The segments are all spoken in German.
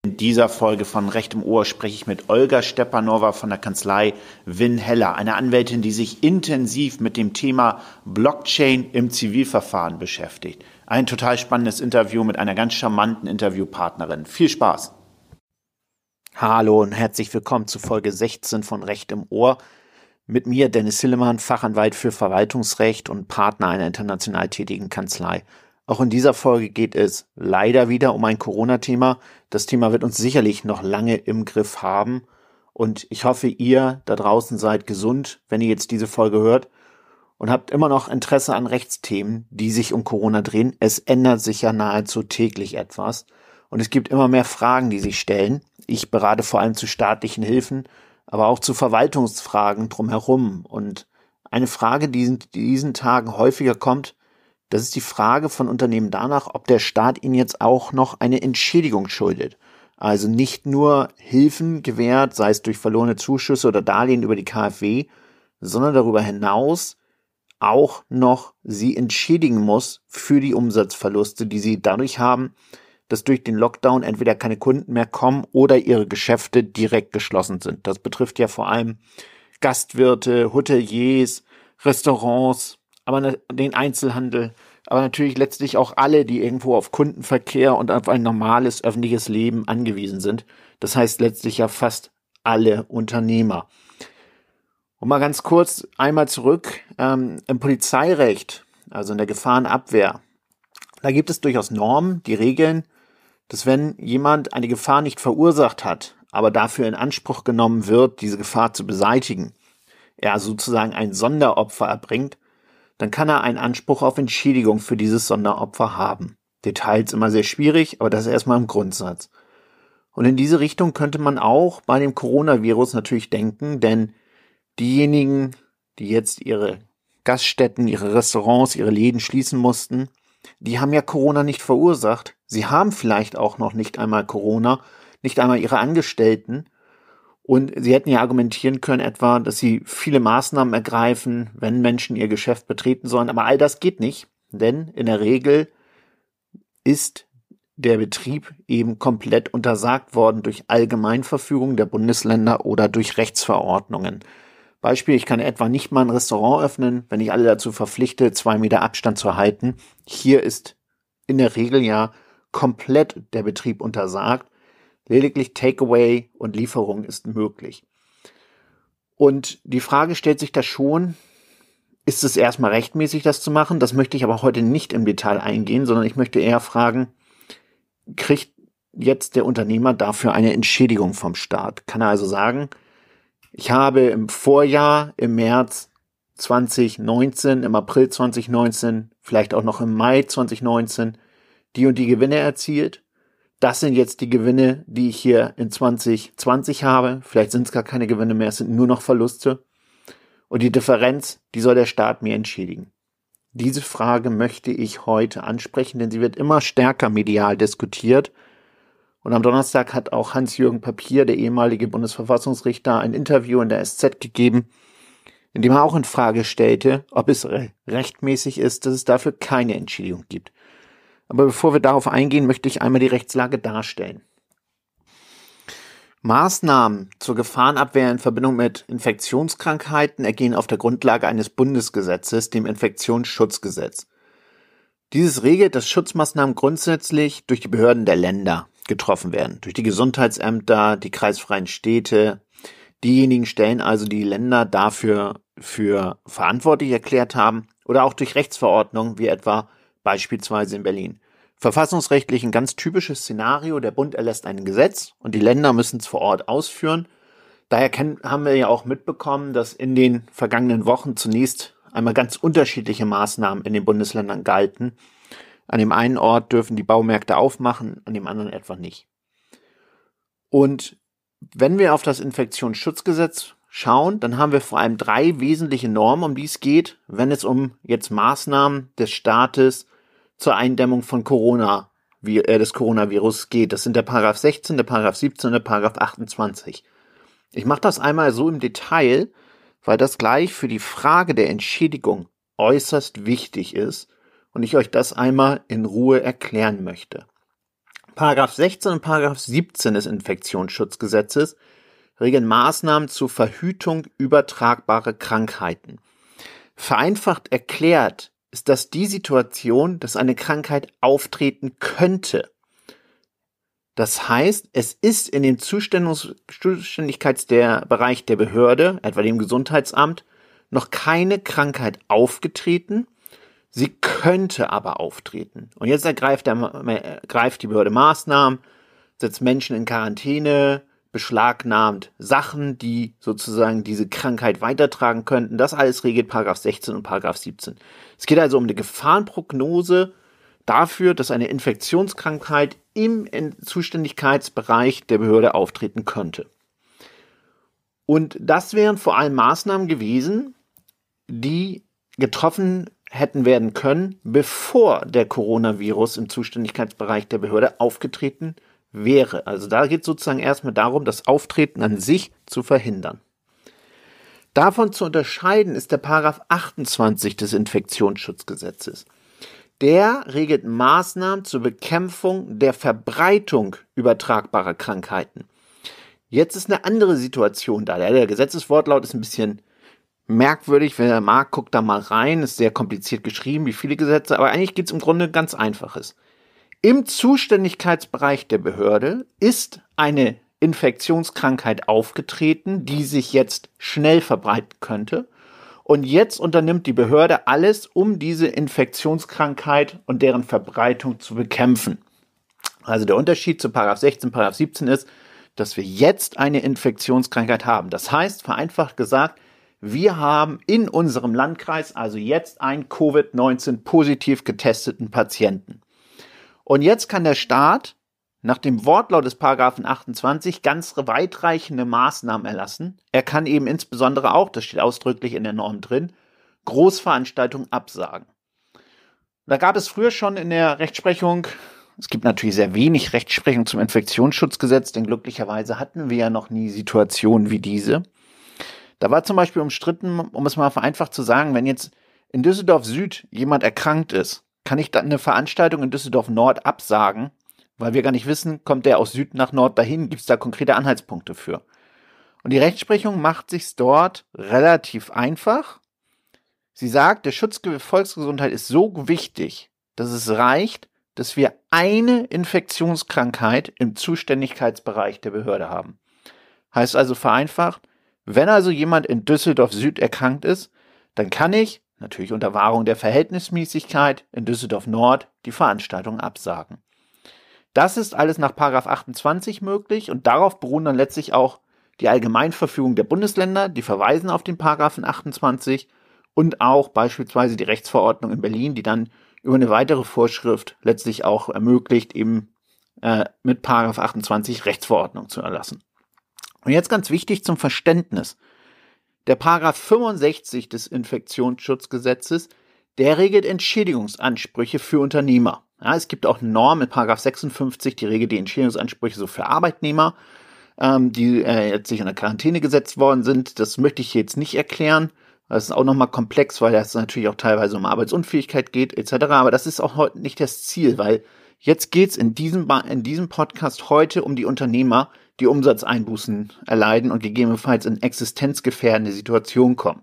In dieser Folge von Recht im Ohr spreche ich mit Olga Stepanova von der Kanzlei Win Heller, eine Anwältin, die sich intensiv mit dem Thema Blockchain im Zivilverfahren beschäftigt. Ein total spannendes Interview mit einer ganz charmanten Interviewpartnerin. Viel Spaß! Hallo und herzlich willkommen zu Folge 16 von Recht im Ohr. Mit mir Dennis Hillemann, Fachanwalt für Verwaltungsrecht und Partner einer international tätigen Kanzlei. Auch in dieser Folge geht es leider wieder um ein Corona-Thema. Das Thema wird uns sicherlich noch lange im Griff haben. Und ich hoffe, ihr da draußen seid gesund, wenn ihr jetzt diese Folge hört und habt immer noch Interesse an Rechtsthemen, die sich um Corona drehen. Es ändert sich ja nahezu täglich etwas. Und es gibt immer mehr Fragen, die sich stellen. Ich berate vor allem zu staatlichen Hilfen, aber auch zu Verwaltungsfragen drumherum. Und eine Frage, die in diesen Tagen häufiger kommt, das ist die Frage von Unternehmen danach, ob der Staat ihnen jetzt auch noch eine Entschädigung schuldet. Also nicht nur Hilfen gewährt, sei es durch verlorene Zuschüsse oder Darlehen über die KfW, sondern darüber hinaus auch noch sie entschädigen muss für die Umsatzverluste, die sie dadurch haben, dass durch den Lockdown entweder keine Kunden mehr kommen oder ihre Geschäfte direkt geschlossen sind. Das betrifft ja vor allem Gastwirte, Hoteliers, Restaurants, aber den Einzelhandel, aber natürlich letztlich auch alle, die irgendwo auf Kundenverkehr und auf ein normales öffentliches Leben angewiesen sind. Das heißt letztlich ja fast alle Unternehmer. Und mal ganz kurz einmal zurück, im Polizeirecht, also in der Gefahrenabwehr, da gibt es durchaus Normen, die regeln, dass wenn jemand eine Gefahr nicht verursacht hat, aber dafür in Anspruch genommen wird, diese Gefahr zu beseitigen, er sozusagen ein Sonderopfer erbringt, dann kann er einen Anspruch auf Entschädigung für dieses Sonderopfer haben. Details immer sehr schwierig, aber das ist erstmal im Grundsatz. Und in diese Richtung könnte man auch bei dem Coronavirus natürlich denken, denn diejenigen, die jetzt ihre Gaststätten, ihre Restaurants, ihre Läden schließen mussten, die haben ja Corona nicht verursacht. Sie haben vielleicht auch noch nicht einmal Corona, nicht einmal ihre Angestellten. Und sie hätten ja argumentieren können etwa, dass sie viele Maßnahmen ergreifen, wenn Menschen ihr Geschäft betreten sollen. Aber all das geht nicht, denn in der Regel ist der Betrieb eben komplett untersagt worden durch Allgemeinverfügung der Bundesländer oder durch Rechtsverordnungen. Beispiel, ich kann etwa nicht mal ein Restaurant öffnen, wenn ich alle dazu verpflichte, 2 Meter Abstand zu halten. Hier ist in der Regel ja komplett der Betrieb untersagt. Lediglich Takeaway und Lieferung ist möglich. Und die Frage stellt sich da schon, ist es erstmal rechtmäßig, das zu machen? Das möchte ich aber heute nicht im Detail eingehen, sondern ich möchte eher fragen, kriegt jetzt der Unternehmer dafür eine Entschädigung vom Staat? Kann er also sagen, ich habe im Vorjahr, im März 2019, im April 2019, vielleicht auch noch im Mai 2019 die und die Gewinne erzielt? Das sind jetzt die Gewinne, die ich hier in 2020 habe. Vielleicht sind es gar keine Gewinne mehr, es sind nur noch Verluste. Und die Differenz, die soll der Staat mir entschädigen. Diese Frage möchte ich heute ansprechen, denn sie wird immer stärker medial diskutiert. Und am Donnerstag hat auch Hans-Jürgen Papier, der ehemalige Bundesverfassungsrichter, ein Interview in der SZ gegeben, in dem er auch in Frage stellte, ob es rechtmäßig ist, dass es dafür keine Entschädigung gibt. Aber bevor wir darauf eingehen, möchte ich einmal die Rechtslage darstellen. Maßnahmen zur Gefahrenabwehr in Verbindung mit Infektionskrankheiten ergehen auf der Grundlage eines Bundesgesetzes, dem Infektionsschutzgesetz. Dieses regelt, dass Schutzmaßnahmen grundsätzlich durch die Behörden der Länder getroffen werden, durch die Gesundheitsämter, die kreisfreien Städte, diejenigen Stellen also, die Länder dafür für verantwortlich erklärt haben, oder auch durch Rechtsverordnungen, wie etwa beispielsweise in Berlin. Verfassungsrechtlich ein ganz typisches Szenario, der Bund erlässt ein Gesetz und die Länder müssen es vor Ort ausführen. Daher haben wir ja auch mitbekommen, dass in den vergangenen Wochen zunächst einmal ganz unterschiedliche Maßnahmen in den Bundesländern galten. An dem einen Ort dürfen die Baumärkte aufmachen, an dem anderen etwa nicht. Und wenn wir auf das Infektionsschutzgesetz schauen, dann haben wir vor allem 3 wesentliche Normen, um die es geht, wenn es um jetzt Maßnahmen des Staates zur Eindämmung von des Coronavirus geht. Das sind der Paragraph 16, der Paragraph 17 und der Paragraph 28. Ich mache das einmal so im Detail, weil das gleich für die Frage der Entschädigung äußerst wichtig ist und ich euch das einmal in Ruhe erklären möchte. Paragraph 16 und Paragraph 17 des Infektionsschutzgesetzes regeln Maßnahmen zur Verhütung übertragbarer Krankheiten. Vereinfacht erklärt ist das die Situation, dass eine Krankheit auftreten könnte. Das heißt, es ist in dem Zuständigkeitsbereich der Behörde, etwa dem Gesundheitsamt, noch keine Krankheit aufgetreten. Sie könnte aber auftreten. Und jetzt ergreift die Behörde Maßnahmen, setzt Menschen in Quarantäne, beschlagnahmt Sachen, die sozusagen diese Krankheit weitertragen könnten. Das alles regelt Paragraph 16 und Paragraph 17. Es geht also um eine Gefahrenprognose dafür, dass eine Infektionskrankheit im Zuständigkeitsbereich der Behörde auftreten könnte. Und das wären vor allem Maßnahmen gewesen, die getroffen hätten werden können, bevor der Coronavirus im Zuständigkeitsbereich der Behörde aufgetreten wäre. Also da geht es sozusagen erstmal darum, das Auftreten an sich zu verhindern. Davon zu unterscheiden ist der Paragraph 28 des Infektionsschutzgesetzes. Der regelt Maßnahmen zur Bekämpfung der Verbreitung übertragbarer Krankheiten. Jetzt ist eine andere Situation da. Der Gesetzeswortlaut ist ein bisschen merkwürdig. Wer mag, guckt da mal rein. Ist sehr kompliziert geschrieben, wie viele Gesetze. Aber eigentlich geht es im Grunde ganz Einfaches. Im Zuständigkeitsbereich der Behörde ist eine Infektionskrankheit aufgetreten, die sich jetzt schnell verbreiten könnte. Und jetzt unternimmt die Behörde alles, um diese Infektionskrankheit und deren Verbreitung zu bekämpfen. Also der Unterschied zu Paragraph 16, Paragraph 17 ist, dass wir jetzt eine Infektionskrankheit haben. Das heißt, vereinfacht gesagt, wir haben in unserem Landkreis also jetzt einen Covid-19 positiv getesteten Patienten. Und jetzt kann der Staat nach dem Wortlaut des Paragraphen 28 ganz weitreichende Maßnahmen erlassen. Er kann eben insbesondere auch, das steht ausdrücklich in der Norm drin, Großveranstaltungen absagen. Da gab es früher schon in der Rechtsprechung, es gibt natürlich sehr wenig Rechtsprechung zum Infektionsschutzgesetz, denn glücklicherweise hatten wir ja noch nie Situationen wie diese. Da war zum Beispiel umstritten, um es mal vereinfacht zu sagen, wenn jetzt in Düsseldorf Süd jemand erkrankt ist, kann ich dann eine Veranstaltung in Düsseldorf Nord absagen, weil wir gar nicht wissen, kommt der aus Süd nach Nord dahin, gibt es da konkrete Anhaltspunkte für. Und die Rechtsprechung macht sich's dort relativ einfach. Sie sagt, der Schutz der Volksgesundheit ist so wichtig, dass es reicht, dass wir eine Infektionskrankheit im Zuständigkeitsbereich der Behörde haben. Heißt also vereinfacht, wenn also jemand in Düsseldorf Süd erkrankt ist, dann kann ich, natürlich unter Wahrung der Verhältnismäßigkeit, in Düsseldorf Nord die Veranstaltung absagen. Das ist alles nach Paragraph 28 möglich und darauf beruhen dann letztlich auch die Allgemeinverfügung der Bundesländer, die verweisen auf den Paragraphen 28 und auch beispielsweise die Rechtsverordnung in Berlin, die dann über eine weitere Vorschrift letztlich auch ermöglicht, eben mit Paragraph 28 Rechtsverordnung zu erlassen. Und jetzt ganz wichtig zum Verständnis. Der Paragraph 65 des Infektionsschutzgesetzes, der regelt Entschädigungsansprüche für Unternehmer. Ja, es gibt auch eine Norm in Paragraph 56, die regelt die Entschädigungsansprüche so für Arbeitnehmer, die jetzt sich unter Quarantäne gesetzt worden sind. Das möchte ich jetzt nicht erklären. Das ist auch nochmal komplex, weil es natürlich auch teilweise um Arbeitsunfähigkeit geht etc. Aber das ist auch heute nicht das Ziel, weil jetzt geht es in diesem Podcast heute um die Unternehmer, die Umsatzeinbußen erleiden und gegebenenfalls in existenzgefährdende Situationen kommen.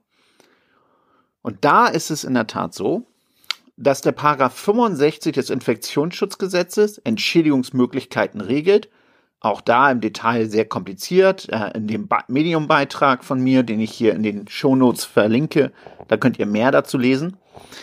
Und da ist es in der Tat so, dass der Paragraph 65 des Infektionsschutzgesetzes Entschädigungsmöglichkeiten regelt. Auch da im Detail sehr kompliziert. In dem Medium-Beitrag von mir, den ich hier in den Shownotes verlinke, da könnt ihr mehr dazu lesen.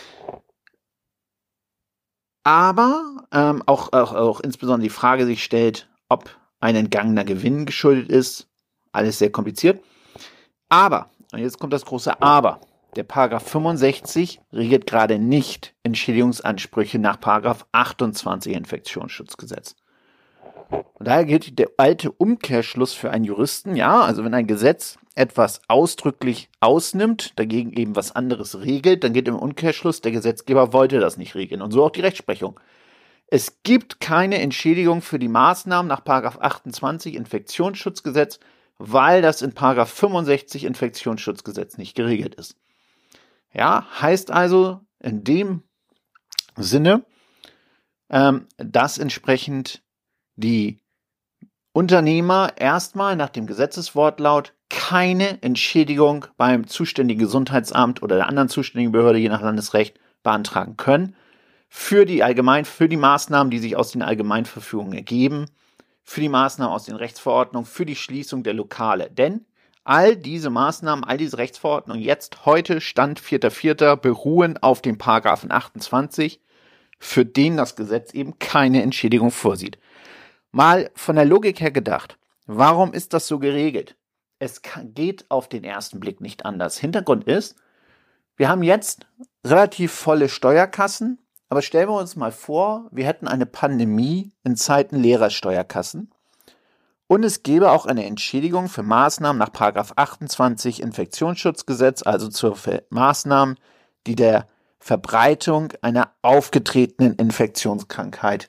Aber auch insbesondere die Frage sich stellt, ob ein entgangener Gewinn geschuldet ist. Alles sehr kompliziert. Aber, und jetzt kommt das große Aber, der Paragraph 65 regelt gerade nicht Entschädigungsansprüche nach Paragraph 28 Infektionsschutzgesetz. Und daher gilt der alte Umkehrschluss für einen Juristen, ja, also wenn ein Gesetz etwas ausdrücklich ausnimmt, dagegen eben was anderes regelt, dann geht im Umkehrschluss, der Gesetzgeber wollte das nicht regeln. Und so auch die Rechtsprechung. Es gibt keine Entschädigung für die Maßnahmen nach Paragraph 28 Infektionsschutzgesetz, weil das in Paragraph 65 Infektionsschutzgesetz nicht geregelt ist. Ja, heißt also in dem Sinne, dass entsprechend die Unternehmer erstmal nach dem Gesetzeswortlaut keine Entschädigung beim zuständigen Gesundheitsamt oder der anderen zuständigen Behörde, je nach Landesrecht, beantragen können für die Maßnahmen, die sich aus den Allgemeinverfügungen ergeben, für die Maßnahmen aus den Rechtsverordnungen, für die Schließung der Lokale. Denn all diese Maßnahmen, all diese Rechtsverordnungen jetzt heute, Stand 4.4., beruhen auf dem Paragraphen 28, für den das Gesetz eben keine Entschädigung vorsieht. Mal von der Logik her gedacht, warum ist das so geregelt? Es geht auf den ersten Blick nicht anders. Hintergrund ist, wir haben jetzt relativ volle Steuerkassen, aber stellen wir uns mal vor, wir hätten eine Pandemie in Zeiten leerer Steuerkassen und es gäbe auch eine Entschädigung für Maßnahmen nach § 28 Infektionsschutzgesetz, also zu Maßnahmen, die der Verbreitung einer aufgetretenen Infektionskrankheit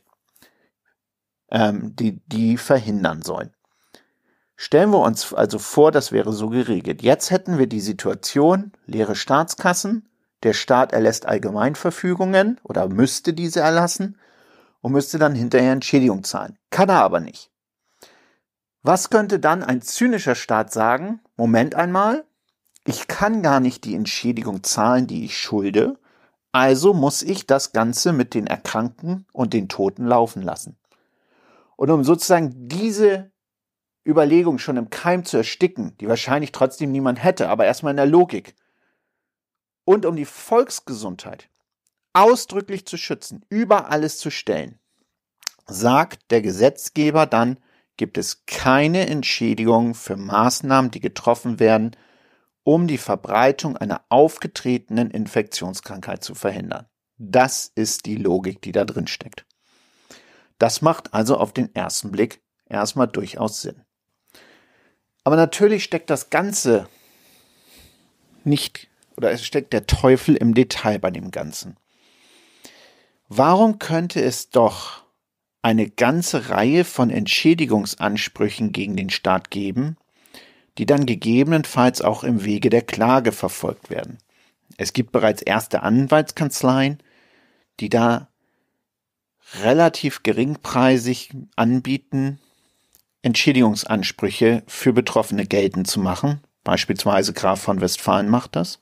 die verhindern sollen. Stellen wir uns also vor, das wäre so geregelt. Jetzt hätten wir die Situation, leere Staatskassen, der Staat erlässt Allgemeinverfügungen oder müsste diese erlassen und müsste dann hinterher Entschädigung zahlen. Kann er aber nicht. Was könnte dann ein zynischer Staat sagen? Moment einmal, ich kann gar nicht die Entschädigung zahlen, die ich schulde, also muss ich das Ganze mit den Erkrankten und den Toten laufen lassen. Und um sozusagen diese Überlegung schon im Keim zu ersticken, die wahrscheinlich trotzdem niemand hätte, aber erstmal in der Logik, und um die Volksgesundheit ausdrücklich zu schützen, über alles zu stellen, sagt der Gesetzgeber dann, gibt es keine Entschädigung für Maßnahmen, die getroffen werden, um die Verbreitung einer aufgetretenen Infektionskrankheit zu verhindern. Das ist die Logik, die da drin steckt. Das macht also auf den ersten Blick erstmal durchaus Sinn. Aber natürlich steckt das Ganze nicht, oder es steckt der Teufel im Detail bei dem Ganzen. Warum könnte es doch eine ganze Reihe von Entschädigungsansprüchen gegen den Staat geben, die dann gegebenenfalls auch im Wege der Klage verfolgt werden? Es gibt bereits erste Anwaltskanzleien, die da relativ geringpreisig anbieten, Entschädigungsansprüche für Betroffene geltend zu machen. Beispielsweise Graf von Westfalen macht das.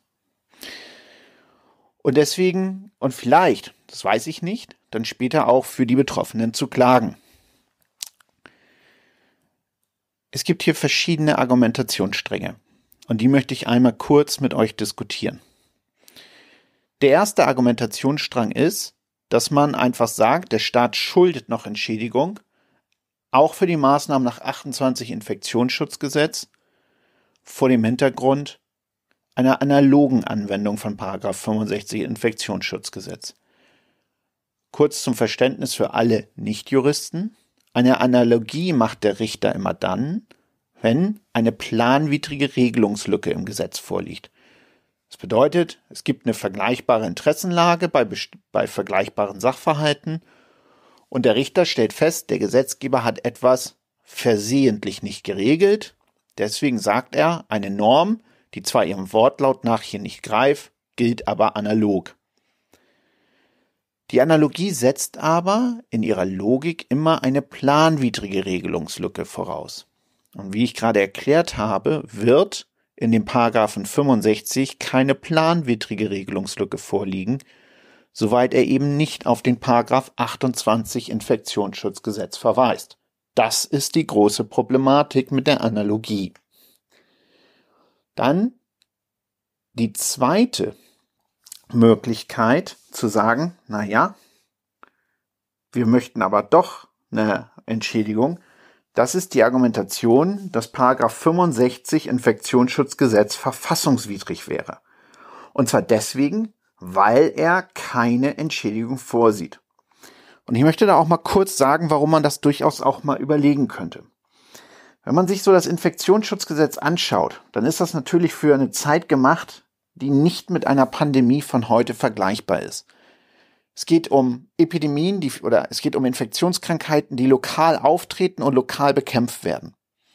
Und deswegen, und vielleicht, das weiß ich nicht, dann später auch für die Betroffenen zu klagen. Es gibt hier verschiedene Argumentationsstränge und die möchte ich einmal kurz mit euch diskutieren. Der erste Argumentationsstrang ist, dass man einfach sagt, der Staat schuldet noch Entschädigung, auch für die Maßnahmen nach 28 Infektionsschutzgesetz, vor dem Hintergrund einer analogen Anwendung von § 65 Infektionsschutzgesetz. Kurz zum Verständnis für alle Nichtjuristen: Eine Analogie macht der Richter immer dann, wenn eine planwidrige Regelungslücke im Gesetz vorliegt. Das bedeutet, es gibt eine vergleichbare Interessenlage bei vergleichbaren Sachverhalten und der Richter stellt fest, der Gesetzgeber hat etwas versehentlich nicht geregelt. Deswegen sagt er, eine Norm, die zwar ihrem Wortlaut nach hier nicht greift, gilt aber analog. Die Analogie setzt aber in ihrer Logik immer eine planwidrige Regelungslücke voraus. Und wie ich gerade erklärt habe, wird in dem Paragraphen 65 keine planwidrige Regelungslücke vorliegen, soweit er eben nicht auf den Paragraph 28 Infektionsschutzgesetz verweist. Das ist die große Problematik mit der Analogie. Dann die zweite Möglichkeit zu sagen, naja, wir möchten aber doch eine Entschädigung. Das ist die Argumentation, dass § 65 Infektionsschutzgesetz verfassungswidrig wäre. Und zwar deswegen, weil er keine Entschädigung vorsieht. Und ich möchte da auch mal kurz sagen, warum man das durchaus auch mal überlegen könnte. Wenn man sich so das Infektionsschutzgesetz anschaut, dann ist das natürlich für eine Zeit gemacht, die nicht mit einer Pandemie von heute vergleichbar ist. Es geht um Epidemien, es geht um Infektionskrankheiten, die lokal auftreten und lokal bekämpft werden.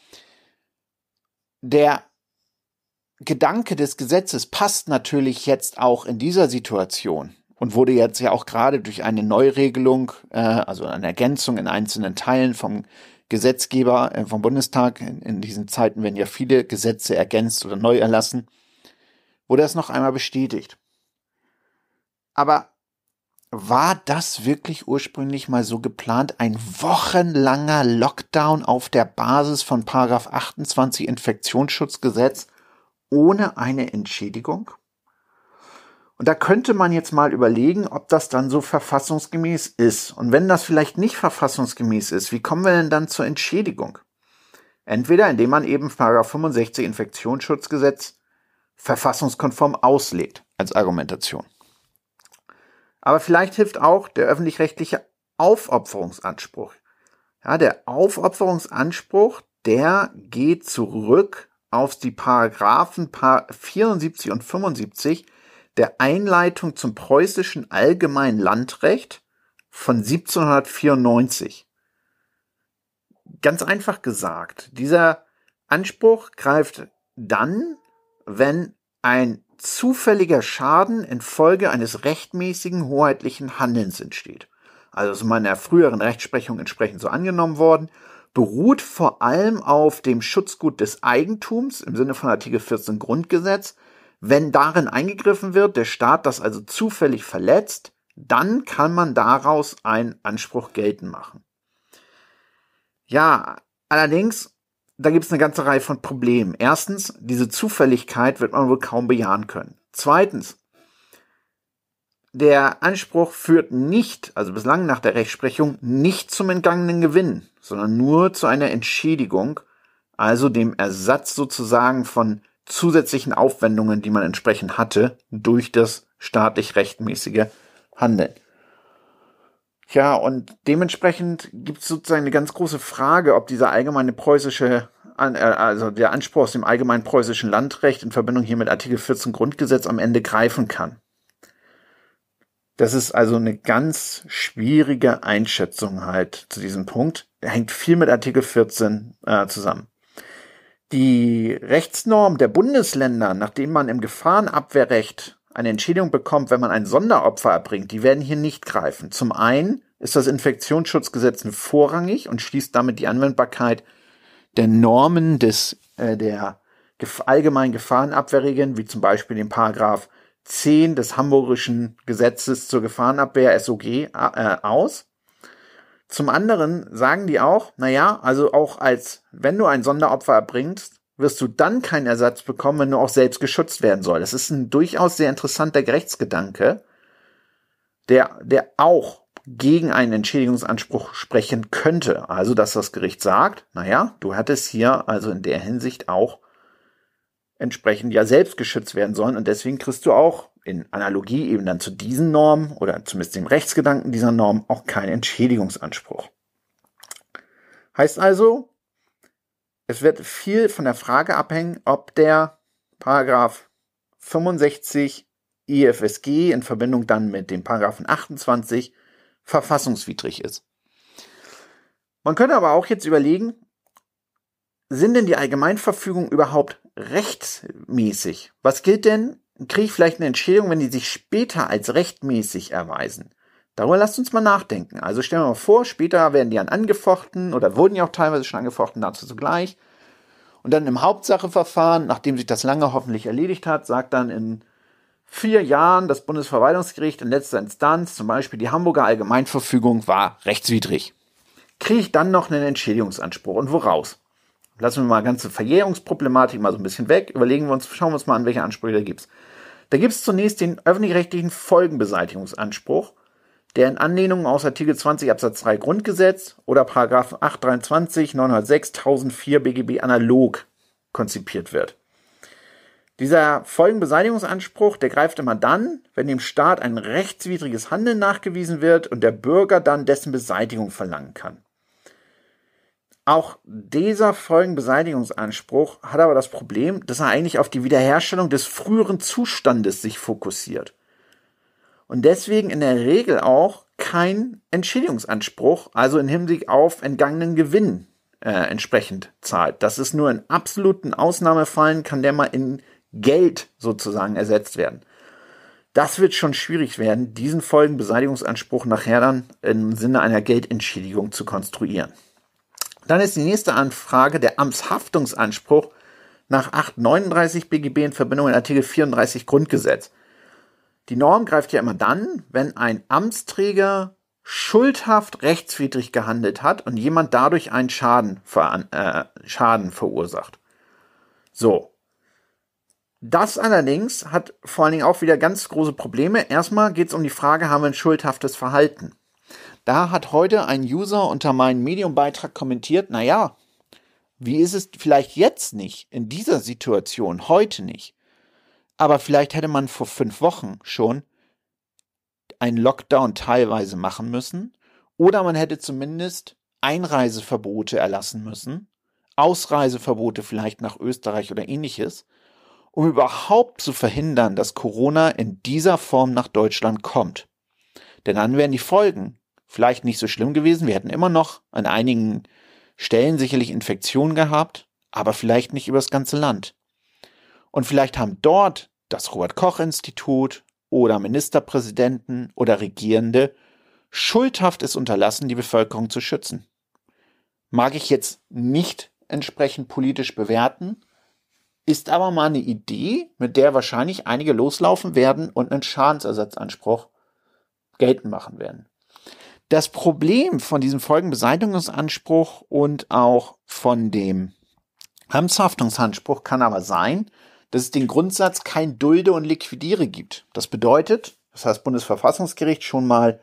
Der Gedanke des Gesetzes passt natürlich jetzt auch in dieser Situation. und wurde jetzt ja auch gerade durch eine Neuregelung, also eine Ergänzung in einzelnen Teilen vom Gesetzgeber, vom Bundestag, in diesen Zeiten werden ja viele Gesetze ergänzt oder neu erlassen, wurde das noch einmal bestätigt. Aber war das wirklich ursprünglich mal so geplant, ein wochenlanger Lockdown auf der Basis von § 28 Infektionsschutzgesetz ohne eine Entschädigung? Und da könnte man jetzt mal überlegen, ob das dann so verfassungsgemäß ist. Und wenn das vielleicht nicht verfassungsgemäß ist, wie kommen wir denn dann zur Entschädigung? Entweder indem man eben § 65 Infektionsschutzgesetz verfassungskonform auslegt als Argumentation. Aber vielleicht hilft auch der öffentlich-rechtliche Aufopferungsanspruch. Ja, der Aufopferungsanspruch, der geht zurück auf die Paragraphen 74 und 75 der Einleitung zum preußischen Allgemeinen Landrecht von 1794. Ganz einfach gesagt, dieser Anspruch greift dann, wenn ein zufälliger Schaden infolge eines rechtmäßigen hoheitlichen Handelns entsteht. Also ist in meiner früheren Rechtsprechung entsprechend so angenommen worden, beruht vor allem auf dem Schutzgut des Eigentums im Sinne von Artikel 14 Grundgesetz. Wenn darin eingegriffen wird, der Staat das also zufällig verletzt, dann kann man daraus einen Anspruch geltend machen. Ja, allerdings, da gibt es eine ganze Reihe von Problemen. Erstens, diese Zufälligkeit wird man wohl kaum bejahen können. Zweitens, der Anspruch führt nicht, also bislang nach der Rechtsprechung, nicht zum entgangenen Gewinn, sondern nur zu einer Entschädigung, also dem Ersatz sozusagen von zusätzlichen Aufwendungen, die man entsprechend hatte, durch das staatlich rechtmäßige Handeln. Ja, und dementsprechend gibt es sozusagen eine ganz große Frage, ob dieser allgemeine preußische, also der Anspruch aus dem allgemeinen preußischen Landrecht in Verbindung hier mit Artikel 14 Grundgesetz am Ende greifen kann. Das ist also eine ganz schwierige Einschätzung halt zu diesem Punkt. Der hängt viel mit Artikel 14 zusammen. Die Rechtsnorm der Bundesländer, nachdem man im Gefahrenabwehrrecht eine Entschädigung bekommt, wenn man ein Sonderopfer erbringt, die werden hier nicht greifen. Zum einen ist das Infektionsschutzgesetz vorrangig und schließt damit die Anwendbarkeit der Normen der allgemeinen Gefahrenabwehrregeln, wie zum Beispiel den Paragraph 10 des Hamburgischen Gesetzes zur Gefahrenabwehr SOG aus. Zum anderen sagen die auch, also auch wenn du ein Sonderopfer erbringst, wirst du dann keinen Ersatz bekommen, wenn du auch selbst geschützt werden soll. Das ist ein durchaus sehr interessanter Rechtsgedanke, der auch gegen einen Entschädigungsanspruch sprechen könnte. Also, dass das Gericht sagt, du hattest hier also in der Hinsicht auch entsprechend ja selbst geschützt werden sollen und deswegen kriegst du auch in Analogie eben dann zu diesen Normen oder zumindest dem Rechtsgedanken dieser Norm auch keinen Entschädigungsanspruch. Heißt also, es wird viel von der Frage abhängen, ob der Paragraph 65 IFSG in Verbindung dann mit dem Paragraphen 28 verfassungswidrig ist. Man könnte aber auch jetzt überlegen, sind denn die Allgemeinverfügungen überhaupt rechtsmäßig? Was gilt denn? Kriege ich vielleicht eine Entschädigung, wenn die sich später als rechtmäßig erweisen? Darüber lasst uns mal nachdenken. Also stellen wir mal vor, später werden die dann angefochten oder wurden ja auch teilweise schon angefochten, dazu zugleich. Und dann im Hauptsacheverfahren, nachdem sich das lange hoffentlich erledigt hat, sagt dann in 4 Jahren das Bundesverwaltungsgericht in letzter Instanz, zum Beispiel die Hamburger Allgemeinverfügung war rechtswidrig. Kriege ich dann noch einen Entschädigungsanspruch und woraus? Lassen wir mal ganze Verjährungsproblematik mal so ein bisschen weg, schauen wir uns mal an, welche Ansprüche da gibt's. Da gibt's zunächst den öffentlich-rechtlichen Folgenbeseitigungsanspruch, der in Anlehnung aus Artikel 20 Absatz 3 Grundgesetz oder Paragraph 823, 906, 1004 BGB analog konzipiert wird. Dieser Folgenbeseitigungsanspruch, der greift immer dann, wenn dem Staat ein rechtswidriges Handeln nachgewiesen wird und der Bürger dann dessen Beseitigung verlangen kann. Auch dieser Folgenbeseitigungsanspruch hat aber das Problem, dass er eigentlich auf die Wiederherstellung des früheren Zustandes sich fokussiert. Und deswegen in der Regel auch kein Entschädigungsanspruch, also im Hinblick auf entgangenen Gewinn entsprechend zahlt. Das ist nur in absoluten Ausnahmefällen, kann der mal in Geld sozusagen ersetzt werden. Das wird schon schwierig werden, diesen Folgenbeseitigungsanspruch nachher dann im Sinne einer Geldentschädigung zu konstruieren. Dann ist die nächste Anfrage der Amtshaftungsanspruch nach 839 BGB in Verbindung mit Artikel 34 Grundgesetz. Die Norm greift ja immer dann, wenn ein Amtsträger schuldhaft rechtswidrig gehandelt hat und jemand dadurch einen Schaden verursacht. So. Das allerdings hat vor allen Dingen auch wieder ganz große Probleme. Erstmal geht es um die Frage, haben wir ein schuldhaftes Verhalten? Da hat heute ein User unter meinem Medium-Beitrag kommentiert, naja, wie ist es vielleicht jetzt nicht, in dieser Situation, heute nicht? Aber vielleicht hätte man vor 5 Wochen schon einen Lockdown teilweise machen müssen oder man hätte zumindest Einreiseverbote erlassen müssen, Ausreiseverbote vielleicht nach Österreich oder ähnliches, um überhaupt zu verhindern, dass Corona in dieser Form nach Deutschland kommt. Denn dann wären die Folgen vielleicht nicht so schlimm gewesen. Wir hätten immer noch an einigen Stellen sicherlich Infektionen gehabt, aber vielleicht nicht über das ganze Land. Und vielleicht haben dort das Robert-Koch-Institut oder Ministerpräsidenten oder Regierende schuldhaft es unterlassen, die Bevölkerung zu schützen. Mag ich jetzt nicht entsprechend politisch bewerten, ist aber mal eine Idee, mit der wahrscheinlich einige loslaufen werden und einen Schadensersatzanspruch geltend machen werden. Das Problem von diesem Folgenbeseitigungsanspruch und auch von dem Amtshaftungsanspruch kann aber sein, dass es den Grundsatz kein Dulde und Liquidiere gibt. Das bedeutet, das hat das Bundesverfassungsgericht schon mal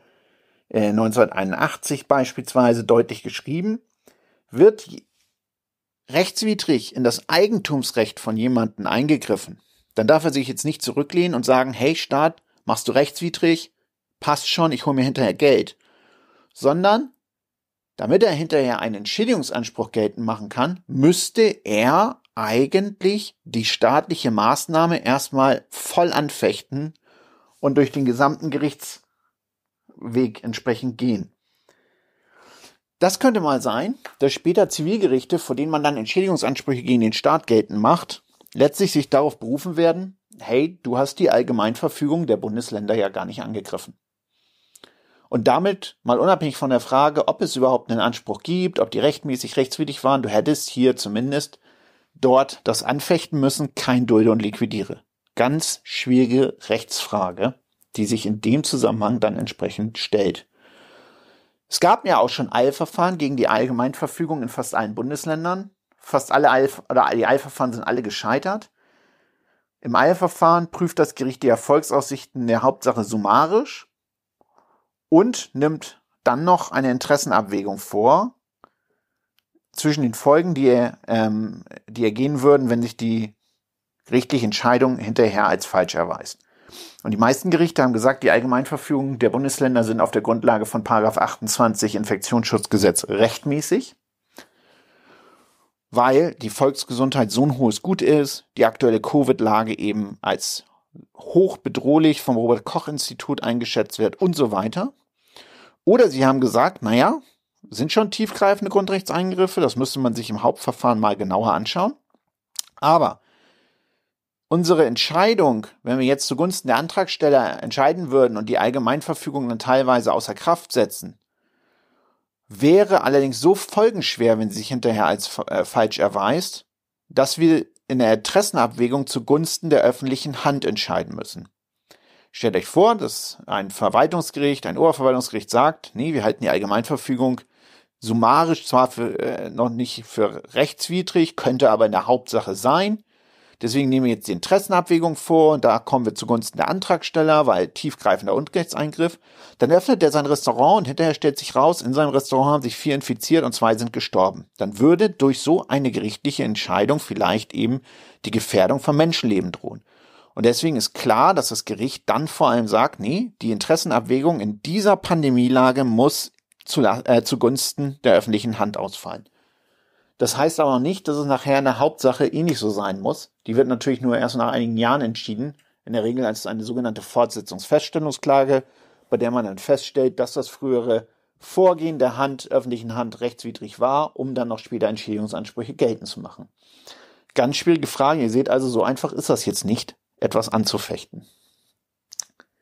1981 beispielsweise deutlich geschrieben, wird rechtswidrig in das Eigentumsrecht von jemandem eingegriffen, dann darf er sich jetzt nicht zurücklehnen und sagen, hey Staat, machst du rechtswidrig, passt schon, ich hole mir hinterher Geld. Sondern, damit er hinterher einen Entschädigungsanspruch geltend machen kann, müsste er eigentlich die staatliche Maßnahme erstmal voll anfechten und durch den gesamten Gerichtsweg entsprechend gehen. Das könnte mal sein, dass später Zivilgerichte, vor denen man dann Entschädigungsansprüche gegen den Staat geltend macht, letztlich sich darauf berufen werden, hey, du hast die Allgemeinverfügung der Bundesländer ja gar nicht angegriffen. Und damit, mal unabhängig von der Frage, ob es überhaupt einen Anspruch gibt, ob die rechtmäßig rechtswidrig waren, du hättest hier zumindest dort das anfechten müssen, kein Dulde und Liquidiere. Ganz schwierige Rechtsfrage, die sich in dem Zusammenhang dann entsprechend stellt. Es gab ja auch schon Eilverfahren gegen die Allgemeinverfügung in fast allen Bundesländern. Fast alle die Eilverfahren sind alle gescheitert. Im Eilverfahren prüft das Gericht die Erfolgsaussichten der Hauptsache summarisch und nimmt dann noch eine Interessenabwägung vor zwischen den Folgen, die ergehen würden, wenn sich die gerichtliche Entscheidung hinterher als falsch erweist. Und die meisten Gerichte haben gesagt, die Allgemeinverfügungen der Bundesländer sind auf der Grundlage von § 28 Infektionsschutzgesetz rechtmäßig, weil die Volksgesundheit so ein hohes Gut ist, die aktuelle Covid-Lage eben als hochbedrohlich vom Robert-Koch-Institut eingeschätzt wird und so weiter. Oder sie haben gesagt, naja, sind schon tiefgreifende Grundrechtseingriffe, das müsste man sich im Hauptverfahren mal genauer anschauen. Aber unsere Entscheidung, wenn wir jetzt zugunsten der Antragsteller entscheiden würden und die Allgemeinverfügung dann teilweise außer Kraft setzen, wäre allerdings so folgenschwer, wenn sie sich hinterher als falsch erweist, dass wir in der Interessenabwägung zugunsten der öffentlichen Hand entscheiden müssen. Stellt euch vor, dass ein Verwaltungsgericht, ein Oberverwaltungsgericht sagt, nee, wir halten die Allgemeinverfügung summarisch zwar noch nicht für rechtswidrig, könnte aber in der Hauptsache sein. Deswegen nehmen wir jetzt die Interessenabwägung vor und da kommen wir zugunsten der Antragsteller, weil tiefgreifender Grundrechtseingriff. Dann öffnet er sein Restaurant und hinterher stellt sich raus, in seinem Restaurant haben sich 4 infiziert und 2 sind gestorben. Dann würde durch so eine gerichtliche Entscheidung vielleicht eben die Gefährdung von Menschenleben drohen. Und deswegen ist klar, dass das Gericht dann vor allem sagt, nee, die Interessenabwägung in dieser Pandemielage muss zugunsten der öffentlichen Hand ausfallen. Das heißt aber noch nicht, dass es nachher in der Hauptsache ähnlich so sein muss. Die wird natürlich nur erst nach einigen Jahren entschieden, in der Regel als eine sogenannte Fortsetzungsfeststellungsklage, bei der man dann feststellt, dass das frühere Vorgehen der öffentlichen Hand rechtswidrig war, um dann noch später Entschädigungsansprüche geltend zu machen. Ganz schwierige Frage, ihr seht also, so einfach ist das jetzt nicht, etwas anzufechten.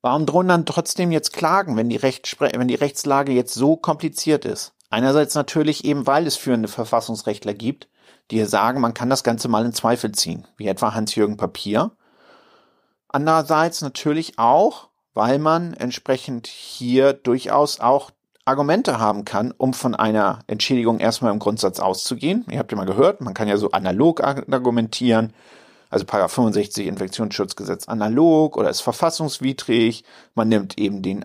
Warum drohen dann trotzdem jetzt Klagen, wenn die Rechtslage jetzt so kompliziert ist? Einerseits natürlich eben, weil es führende Verfassungsrechtler gibt, die sagen, man kann das Ganze mal in Zweifel ziehen, wie etwa Hans-Jürgen Papier. Andererseits natürlich auch, weil man entsprechend hier durchaus auch Argumente haben kann, um von einer Entschädigung erstmal im Grundsatz auszugehen. Ihr habt ja mal gehört, man kann ja so analog argumentieren, also § 65 Infektionsschutzgesetz analog oder ist verfassungswidrig. Man nimmt eben den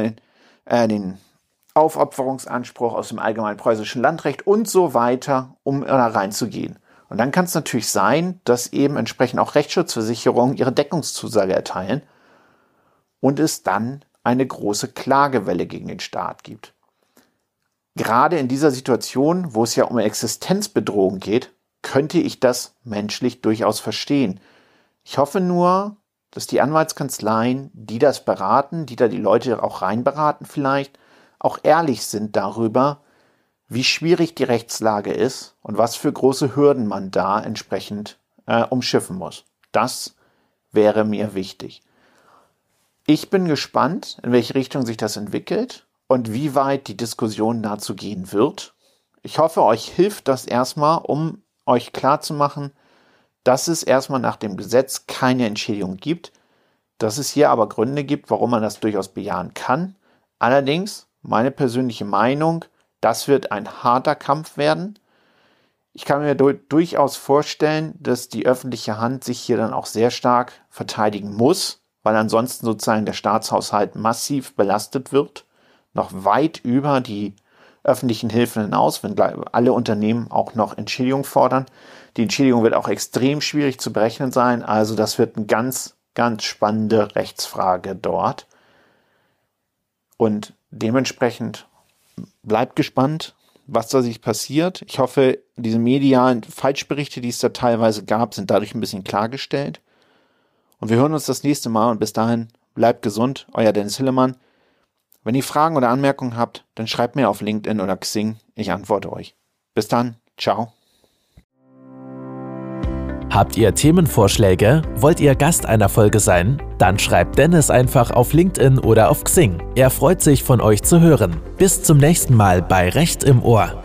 Aufopferungsanspruch aus dem allgemeinen preußischen Landrecht und so weiter, um da reinzugehen. Und dann kann es natürlich sein, dass eben entsprechend auch Rechtsschutzversicherungen ihre Deckungszusage erteilen und es dann eine große Klagewelle gegen den Staat gibt. Gerade in dieser Situation, wo es ja um Existenzbedrohung geht, könnte ich das menschlich durchaus verstehen. Ich hoffe nur, dass die Anwaltskanzleien, die das beraten, die da die Leute auch reinberaten vielleicht, auch ehrlich sind darüber, wie schwierig die Rechtslage ist und was für große Hürden man da entsprechend umschiffen muss. Das wäre mir wichtig. Ich bin gespannt, in welche Richtung sich das entwickelt und wie weit die Diskussion dazu gehen wird. Ich hoffe, euch hilft das erstmal, um euch klarzumachen, dass es erstmal nach dem Gesetz keine Entschädigung gibt, dass es hier aber Gründe gibt, warum man das durchaus bejahen kann. Allerdings, meine persönliche Meinung, das wird ein harter Kampf werden. Ich kann mir durchaus vorstellen, dass die öffentliche Hand sich hier dann auch sehr stark verteidigen muss, weil ansonsten sozusagen der Staatshaushalt massiv belastet wird, noch weit über die öffentlichen Hilfen hinaus, wenn alle Unternehmen auch noch Entschädigung fordern. Die Entschädigung wird auch extrem schwierig zu berechnen sein, also das wird eine ganz, ganz spannende Rechtsfrage dort. Und dementsprechend bleibt gespannt, was da sich passiert. Ich hoffe, diese medialen Falschberichte, die es da teilweise gab, sind dadurch ein bisschen klargestellt. Und wir hören uns das nächste Mal und bis dahin bleibt gesund, euer Dennis Hillemann. Wenn ihr Fragen oder Anmerkungen habt, dann schreibt mir auf LinkedIn oder Xing, ich antworte euch. Bis dann, ciao. Habt ihr Themenvorschläge? Wollt ihr Gast einer Folge sein? Dann schreibt Dennis einfach auf LinkedIn oder auf Xing. Er freut sich, von euch zu hören. Bis zum nächsten Mal bei Recht im Ohr.